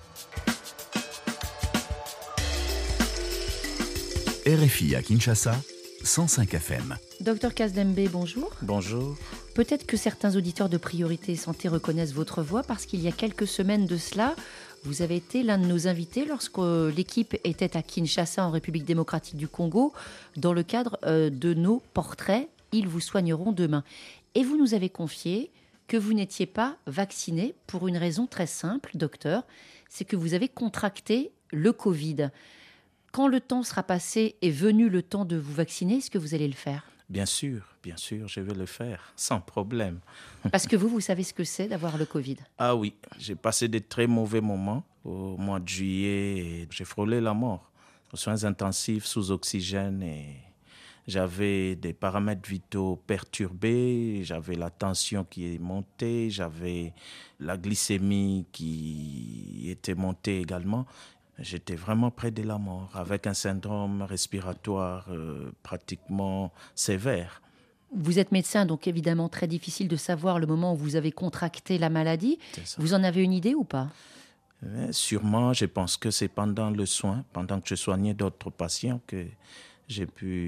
R F I à Kinshasa, cent cinq F M. Docteur Kasdembe, bonjour. Bonjour. Peut-être que certains auditeurs de Priorité Santé reconnaissent votre voix parce qu'il y a quelques semaines de cela, vous avez été l'un de nos invités lorsque l'équipe était à Kinshasa, en République démocratique du Congo, dans le cadre de nos portraits « Ils vous soigneront demain ». Et vous nous avez confié que vous n'étiez pas vacciné pour une raison très simple, docteur, c'est que vous avez contracté le Covid. Quand le temps sera passé et venu le temps de vous vacciner, est-ce que vous allez le faire ? Bien sûr, bien sûr, je vais le faire, sans problème. Parce que vous, vous savez ce que c'est d'avoir le Covid ? Ah oui, j'ai passé de très mauvais moments au mois de juillet et j'ai frôlé la mort. Aux soins intensifs, sous oxygène, et j'avais des paramètres vitaux perturbés, j'avais la tension qui est montée, j'avais la glycémie qui était montée également. J'étais vraiment près de la mort, avec un syndrome respiratoire euh, pratiquement sévère. Vous êtes médecin, donc évidemment très difficile de savoir le moment où vous avez contracté la maladie. Vous en avez une idée ou pas ? Mais sûrement, je pense que c'est pendant le soin, pendant que je soignais d'autres patients, que j'ai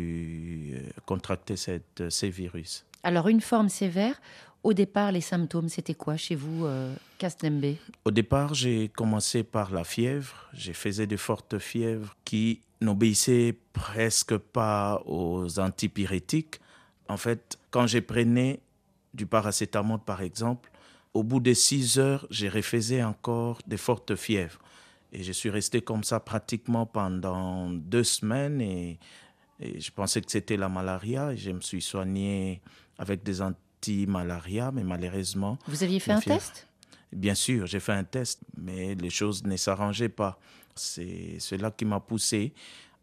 pu contracter cette, ces virus. Alors, une forme sévère. Au départ, les symptômes, c'était quoi chez vous, euh, Kasdembe ? Au départ, j'ai commencé par la fièvre. J'ai faisais de fortes fièvres qui n'obéissaient presque pas aux antipyrétiques. En fait, quand je prenais du paracétamol, par exemple, au bout de six heures, je refaisais encore de fortes fièvres. Et je suis resté comme ça pratiquement pendant deux semaines. Et, et je pensais que c'était la malaria. Et je me suis soigné avec des antipyrétiques. Malaria, mais malheureusement... Vous aviez fait un fièvre. test ? Bien sûr, j'ai fait un test, mais les choses ne s'arrangeaient pas. C'est cela qui m'a poussé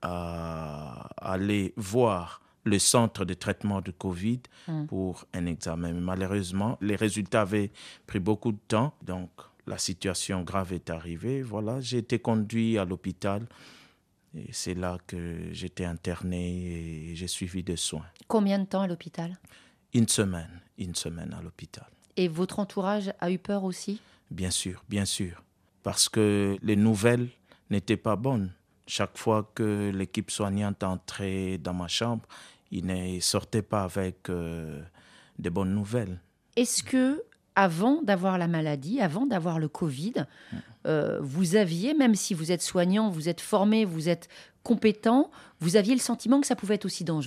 à aller voir le centre de traitement de Covid mmh. pour un examen. Mais malheureusement, les résultats avaient pris beaucoup de temps, donc la situation grave est arrivée. Voilà, j'ai été conduit à l'hôpital. Et c'est là que j'étais interné et j'ai suivi des soins. Combien de temps à l'hôpital ? Une semaine, une semaine à l'hôpital. Et votre entourage a eu peur aussi ? Bien sûr, bien sûr. Parce que les nouvelles n'étaient pas bonnes. Chaque fois que l'équipe soignante entrait dans ma chambre, ils ne sortaient pas avec euh, de bonnes nouvelles. Est-ce que, avant d'avoir la maladie, avant d'avoir le Covid, euh, vous aviez, même si vous êtes soignant, vous êtes formé, vous êtes compétent, vous aviez le sentiment que ça pouvait être aussi dangereux ?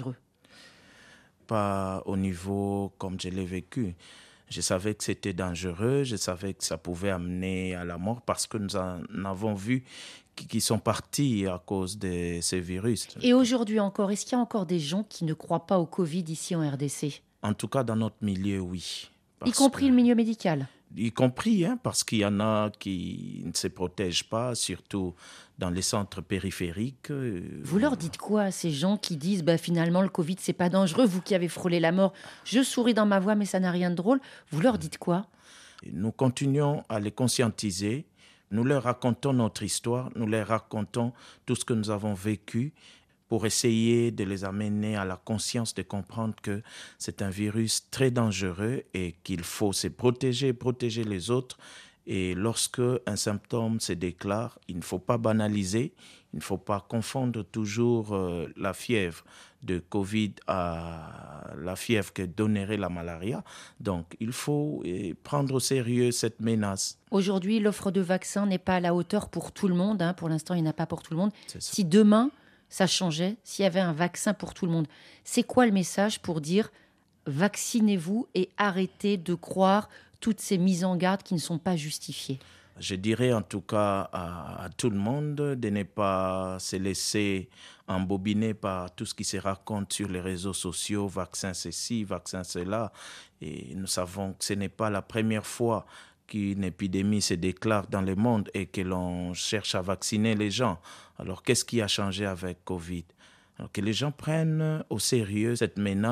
Pas au niveau comme je l'ai vécu. Je savais que c'était dangereux, je savais que ça pouvait amener à la mort parce que nous en avons vu qui sont partis à cause de ces virus. Et aujourd'hui encore, est-ce qu'il y a encore des gens qui ne croient pas au Covid ici en R D C ? En tout cas, dans notre milieu, oui. Y compris que... le milieu médical ? Y compris, hein, parce qu'il y en a qui ne se protègent pas, surtout dans les centres périphériques. Vous leur dites quoi à ces gens qui disent bah, finalement le Covid c'est pas dangereux, vous qui avez frôlé la mort, je souris dans ma voix mais ça n'a rien de drôle. Vous leur dites quoi ? Nous continuons à les conscientiser, nous leur racontons notre histoire, nous leur racontons tout ce que nous avons vécu pour essayer de les amener à la conscience de comprendre que c'est un virus très dangereux et qu'il faut se protéger, protéger les autres. Et lorsque un symptôme se déclare, il ne faut pas banaliser, il ne faut pas confondre toujours euh, la fièvre de Covid à la fièvre que donnerait la malaria. Donc, il faut eh, prendre au sérieux cette menace. Aujourd'hui, l'offre de vaccins n'est pas à la hauteur pour tout le monde. Hein. Pour l'instant, il n'y en a pas pour tout le monde. Si demain, ça changeait, s'il y avait un vaccin pour tout le monde, c'est quoi le message pour dire vaccinez-vous et arrêtez de croire toutes ces mises en garde qui ne sont pas justifiées? Je dirais en tout cas à, à tout le monde de ne pas se laisser embobiner par tout ce qui se raconte sur les réseaux sociaux, vaccin ceci, vaccin cela. Et nous savons que ce n'est pas la première fois qu'une épidémie se déclare dans le monde et que l'on cherche à vacciner les gens. Alors qu'est-ce qui a changé avec Covid ? Alors que les gens prennent au sérieux cette menace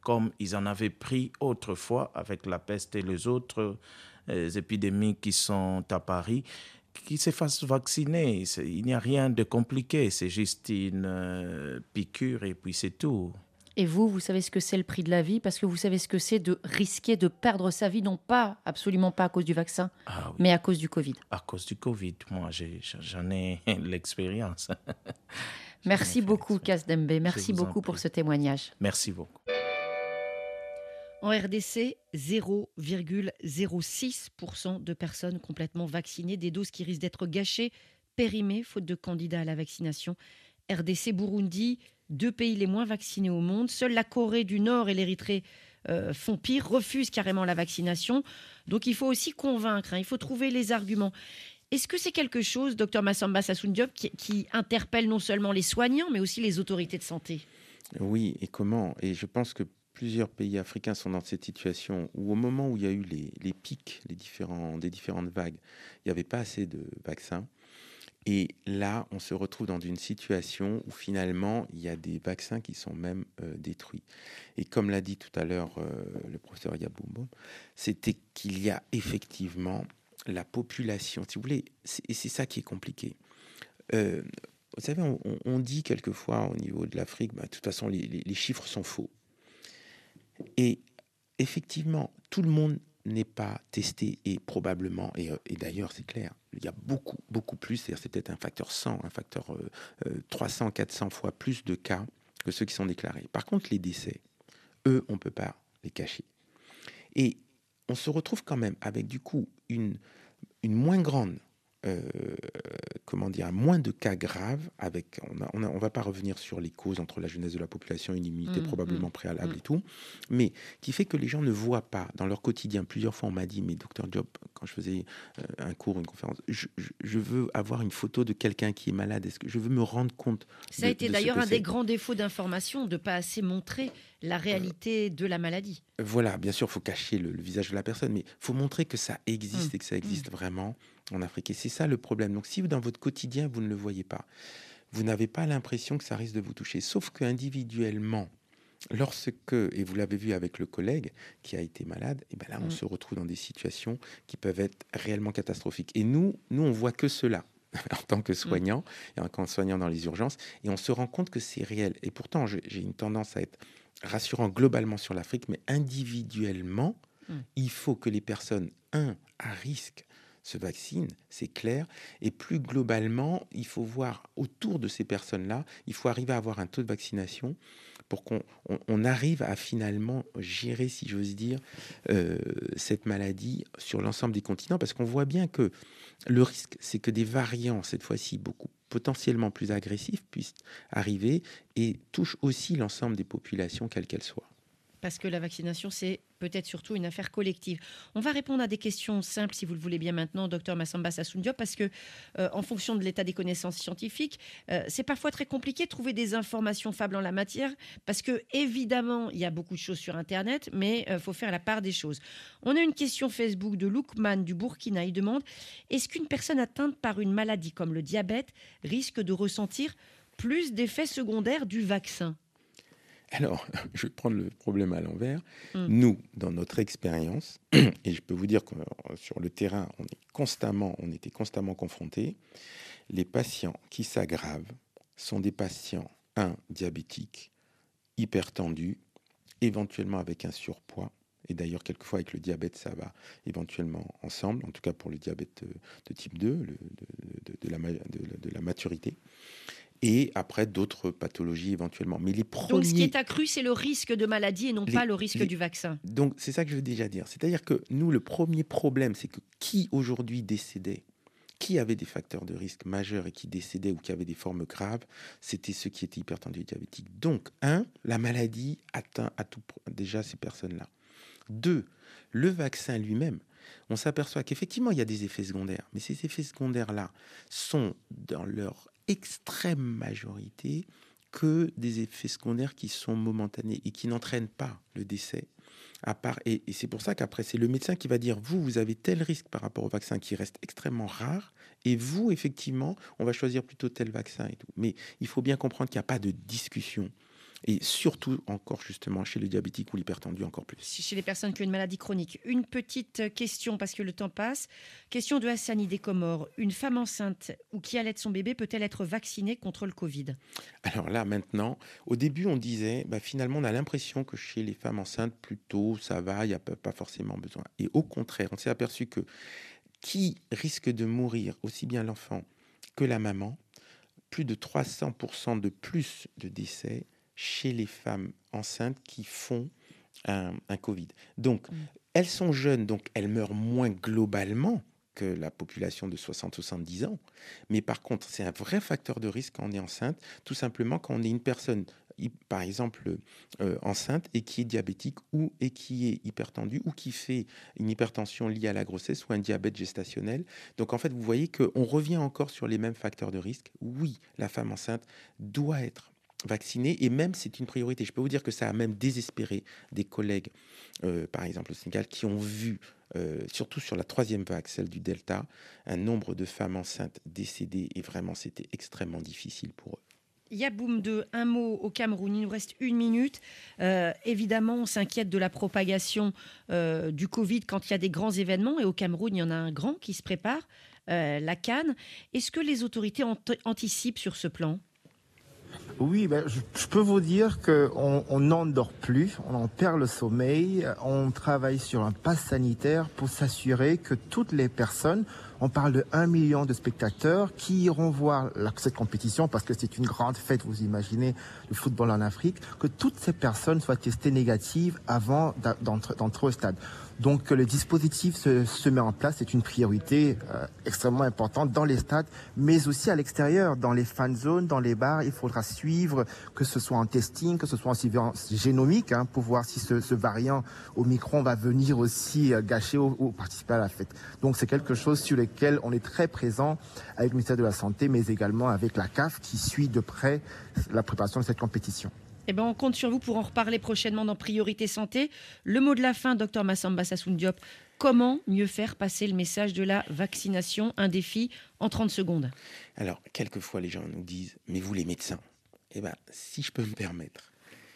comme ils en avaient pris autrefois avec la peste et les autres euh, épidémies qui sont à Paris, qu'ils se fassent vacciner. C'est, il n'y a rien de compliqué, c'est juste une euh, piqûre et puis c'est tout. Et vous, vous savez ce que c'est le prix de la vie, parce que vous savez ce que c'est de risquer de perdre sa vie, non pas, absolument pas à cause du vaccin, Ah oui. mais à cause du Covid. À cause du Covid, moi j'ai, j'en ai l'expérience. Merci beaucoup, l'expérience. Kasdembe. Merci vous en beaucoup pour prie. ce témoignage. Merci beaucoup. En R D C, zéro virgule zéro six pour cent de personnes complètement vaccinées, des doses qui risquent d'être gâchées, périmées, faute de candidats à la vaccination. R D C, Burundi, deux pays les moins vaccinés au monde. Seule la Corée du Nord et l'Érythrée euh, font pire, refusent carrément la vaccination. Donc il faut aussi convaincre, hein, il faut trouver les arguments. Est-ce que c'est quelque chose, docteur Massamba Sassoun Diop, qui, qui interpelle non seulement les soignants, mais aussi les autorités de santé ? Oui, et comment ? Et je pense que plusieurs pays africains sont dans cette situation où au moment où il y a eu les, les pics les différents, des différentes vagues, il n'y avait pas assez de vaccins. Et là, on se retrouve dans une situation où finalement, il y a des vaccins qui sont même euh, détruits. Et comme l'a dit tout à l'heure euh, le professeur Yaboumbo, c'était qu'il y a effectivement la population, si vous voulez, c'est, et c'est ça qui est compliqué. Euh, vous savez, on, on dit quelquefois au niveau de l'Afrique, bah, de toute façon, les, les, les chiffres sont faux. Et effectivement, tout le monde n'est pas testé et probablement, et, et d'ailleurs c'est clair, il y a beaucoup, beaucoup plus, c'est-à-dire c'est peut-être un facteur cent, un facteur euh, euh, trois cents, quatre cents fois plus de cas que ceux qui sont déclarés. Par contre, les décès, eux, on ne peut pas les cacher. Et on se retrouve quand même avec du coup une, une moins grande, euh, comment dire, moins de cas graves. Avec, on a, on a, on va pas revenir sur les causes entre la jeunesse de la population, une immunité mmh, probablement mmh, préalable mmh. et tout, mais qui fait que les gens ne voient pas dans leur quotidien. Plusieurs fois, on m'a dit, mais docteur Diop, quand je faisais euh, un cours, une conférence, je, je, je veux avoir une photo de quelqu'un qui est malade. Est-ce que je veux me rendre compte Ça de, a été de d'ailleurs ce que un c'est. des grands défauts d'information, de pas assez montrer la réalité de la maladie. Voilà, bien sûr, il faut cacher le, le visage de la personne, mais il faut montrer que ça existe mmh. et que ça existe mmh. vraiment en Afrique. Et c'est ça le problème. Donc, si vous, dans votre quotidien, vous ne le voyez pas, vous n'avez pas l'impression que ça risque de vous toucher. Sauf qu'individuellement, lorsque, et vous l'avez vu avec le collègue qui a été malade, et ben là, on mmh. se retrouve dans des situations qui peuvent être réellement catastrophiques. Et nous, nous on voit que cela en tant que soignant, mmh. et en tant que soignant dans les urgences, et on se rend compte que c'est réel. Et pourtant, je, j'ai une tendance à être rassurant globalement sur l'Afrique, mais individuellement, mmh. il faut que les personnes, un, à risque, se vaccinent, c'est clair, et plus globalement, il faut voir autour de ces personnes-là, il faut arriver à avoir un taux de vaccination pour qu'on on, on arrive à finalement gérer, si j'ose dire, euh, cette maladie sur l'ensemble des continents, parce qu'on voit bien que le risque, c'est que des variants, cette fois-ci beaucoup potentiellement plus agressifs, puissent arriver et touchent aussi l'ensemble des populations, quelles qu'elles soient. Parce que la vaccination, c'est peut-être surtout une affaire collective. On va répondre à des questions simples, si vous le voulez bien maintenant, docteur Massamba Sassoun Diop, parce que, euh, en fonction de l'état des connaissances scientifiques, euh, c'est parfois très compliqué de trouver des informations fiables en la matière, parce que, évidemment, il y a beaucoup de choses sur Internet, mais il euh, faut faire la part des choses. On a une question Facebook de Loukman du Burkina. Il demande, est-ce qu'une personne atteinte par une maladie comme le diabète risque de ressentir plus d'effets secondaires du vaccin ? Alors, je vais prendre le problème à l'envers. Mmh. Nous, dans notre expérience, et je peux vous dire que sur le terrain, on est constamment, on était constamment confrontés, les patients qui s'aggravent sont des patients, un, diabétiques, hypertendus, éventuellement avec un surpoids, et d'ailleurs, quelquefois, avec le diabète, ça va éventuellement ensemble, en tout cas pour le diabète de type deux, le, de, de, de, la, de, de la maturité. Et après, d'autres pathologies éventuellement. Mais les premiers... Donc, ce qui est accru, c'est le risque de maladie et non les, pas le risque les... du vaccin. Donc, c'est ça que je veux déjà dire. C'est-à-dire que nous, le premier problème, c'est que qui aujourd'hui décédait, qui avait des facteurs de risque majeurs et qui décédaient ou qui avaient des formes graves, c'était ceux qui étaient hypertendus et diabétiques. Donc, un, la maladie atteint à tout, déjà ces personnes-là. Deux, le vaccin lui-même, on s'aperçoit qu'effectivement, il y a des effets secondaires. Mais ces effets secondaires-là sont dans leur extrême majorité que des effets secondaires qui sont momentanés et qui n'entraînent pas le décès. À part, et, et c'est pour ça qu'après, c'est le médecin qui va dire, vous, vous avez tel risque par rapport au vaccin qui reste extrêmement rare, et vous, effectivement, on va choisir plutôt tel vaccin et tout. Mais il faut bien comprendre qu'il n'y a pas de discussion. Et surtout encore justement chez les diabétiques ou l'hypertendu encore plus. Chez les personnes qui ont une maladie chronique. Une petite question, parce que le temps passe. Question de Hassani des Comores. Une femme enceinte ou qui allaite son bébé peut-elle être vaccinée contre le Covid ? Alors là, maintenant, au début, on disait, bah, finalement, on a l'impression que chez les femmes enceintes, plutôt, ça va, il n'y a pas forcément besoin. Et au contraire, on s'est aperçu que qui risque de mourir, aussi bien l'enfant que la maman, plus de trois cents pour cent de plus de décès chez les femmes enceintes qui font un, un Covid. Donc, mmh. elles sont jeunes, donc elles meurent moins globalement que la population de soixante à soixante-dix ans. Mais par contre, c'est un vrai facteur de risque quand on est enceinte, tout simplement quand on est une personne, par exemple, euh, enceinte et qui est diabétique ou et qui est hypertendue ou qui fait une hypertension liée à la grossesse ou un diabète gestationnel. Donc, en fait, vous voyez qu'on revient encore sur les mêmes facteurs de risque. Oui, la femme enceinte doit être vaccinés et même c'est une priorité. Je peux vous dire que ça a même désespéré des collègues, euh, par exemple au Sénégal, qui ont vu, euh, surtout sur la troisième vague, celle du Delta, un nombre de femmes enceintes décédées et vraiment c'était extrêmement difficile pour eux. Yaboum deux, un mot au Cameroun, il nous reste une minute. Euh, évidemment, on s'inquiète de la propagation euh, du Covid quand il y a des grands événements et au Cameroun, il y en a un grand qui se prépare, euh, la CAN. Est-ce que les autorités ant- anticipent sur ce plan ? Oui, ben, je, je peux vous dire qu'on on n'en dort plus, on en perd le sommeil, on travaille sur un pass sanitaire pour s'assurer que toutes les personnes, on parle de un million de spectateurs qui iront voir la, cette compétition parce que c'est une grande fête, vous imaginez, le football en Afrique, que toutes ces personnes soient testées négatives avant d'entrer, d'entrer au stade. Donc le dispositif se, se met en place, c'est une priorité euh, extrêmement importante dans les stades, mais aussi à l'extérieur, dans les fan zones, dans les bars. Il faudra suivre, que ce soit en testing, que ce soit en surveillance génomique, hein, pour voir si ce, ce variant Omicron va venir aussi euh, gâcher ou, ou participer à la fête. Donc c'est quelque chose sur lequel on est très présent avec le ministère de la Santé, mais également avec la C A F qui suit de près la préparation de cette compétition. Eh ben, on compte sur vous pour en reparler prochainement dans Priorité Santé. Le mot de la fin, docteur Massamba Sassoune Diop. Comment mieux faire passer le message de la vaccination ? Un défi en trente secondes. Alors, quelquefois, les gens nous disent « Mais vous, les médecins ?» Eh bien, si je peux me permettre,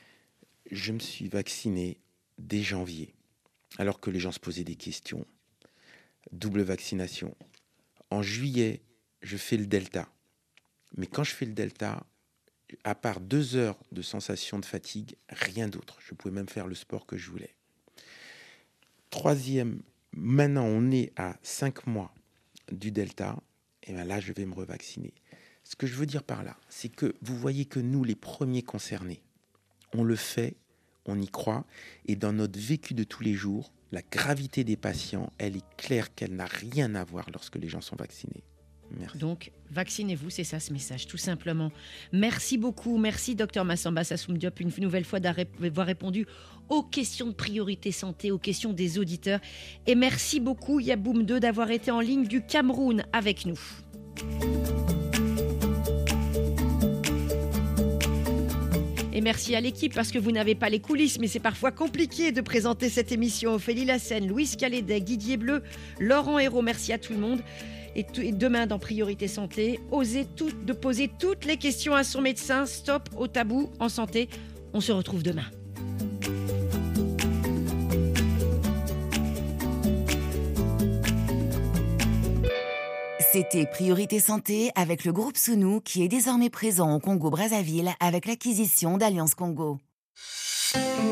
je me suis vacciné dès janvier, alors que les gens se posaient des questions. Double vaccination. En juillet, je fais le Delta. Mais quand je fais le Delta, à part deux heures de sensation de fatigue, rien d'autre. Je pouvais même faire le sport que je voulais. Troisième, maintenant on est à cinq mois du Delta, et bien là je vais me revacciner. Ce que je veux dire par là, c'est que vous voyez que nous, les premiers concernés, on le fait, on y croit, et dans notre vécu de tous les jours, la gravité des patients, elle est claire qu'elle n'a rien à voir lorsque les gens sont vaccinés. Merci. Donc, vaccinez-vous, c'est ça ce message, tout simplement. Merci beaucoup, merci docteur Massamba Sassoune Diop, une nouvelle fois d'avoir répondu aux questions de priorité santé, aux questions des auditeurs. Et merci beaucoup Yaboum deux d'avoir été en ligne du Cameroun avec nous. Et merci à l'équipe parce que vous n'avez pas les coulisses, mais c'est parfois compliqué de présenter cette émission. Ophélie Lassène, Louise Calédec, Didier Bleu, Laurent Hérault, merci à tout le monde. Et, t- et demain dans Priorité Santé, osez tout, de poser toutes les questions à son médecin. Stop au tabou en santé. On se retrouve demain. C'était Priorité Santé avec le groupe Sounou qui est désormais présent au Congo-Brazzaville avec l'acquisition d'Alliance Congo.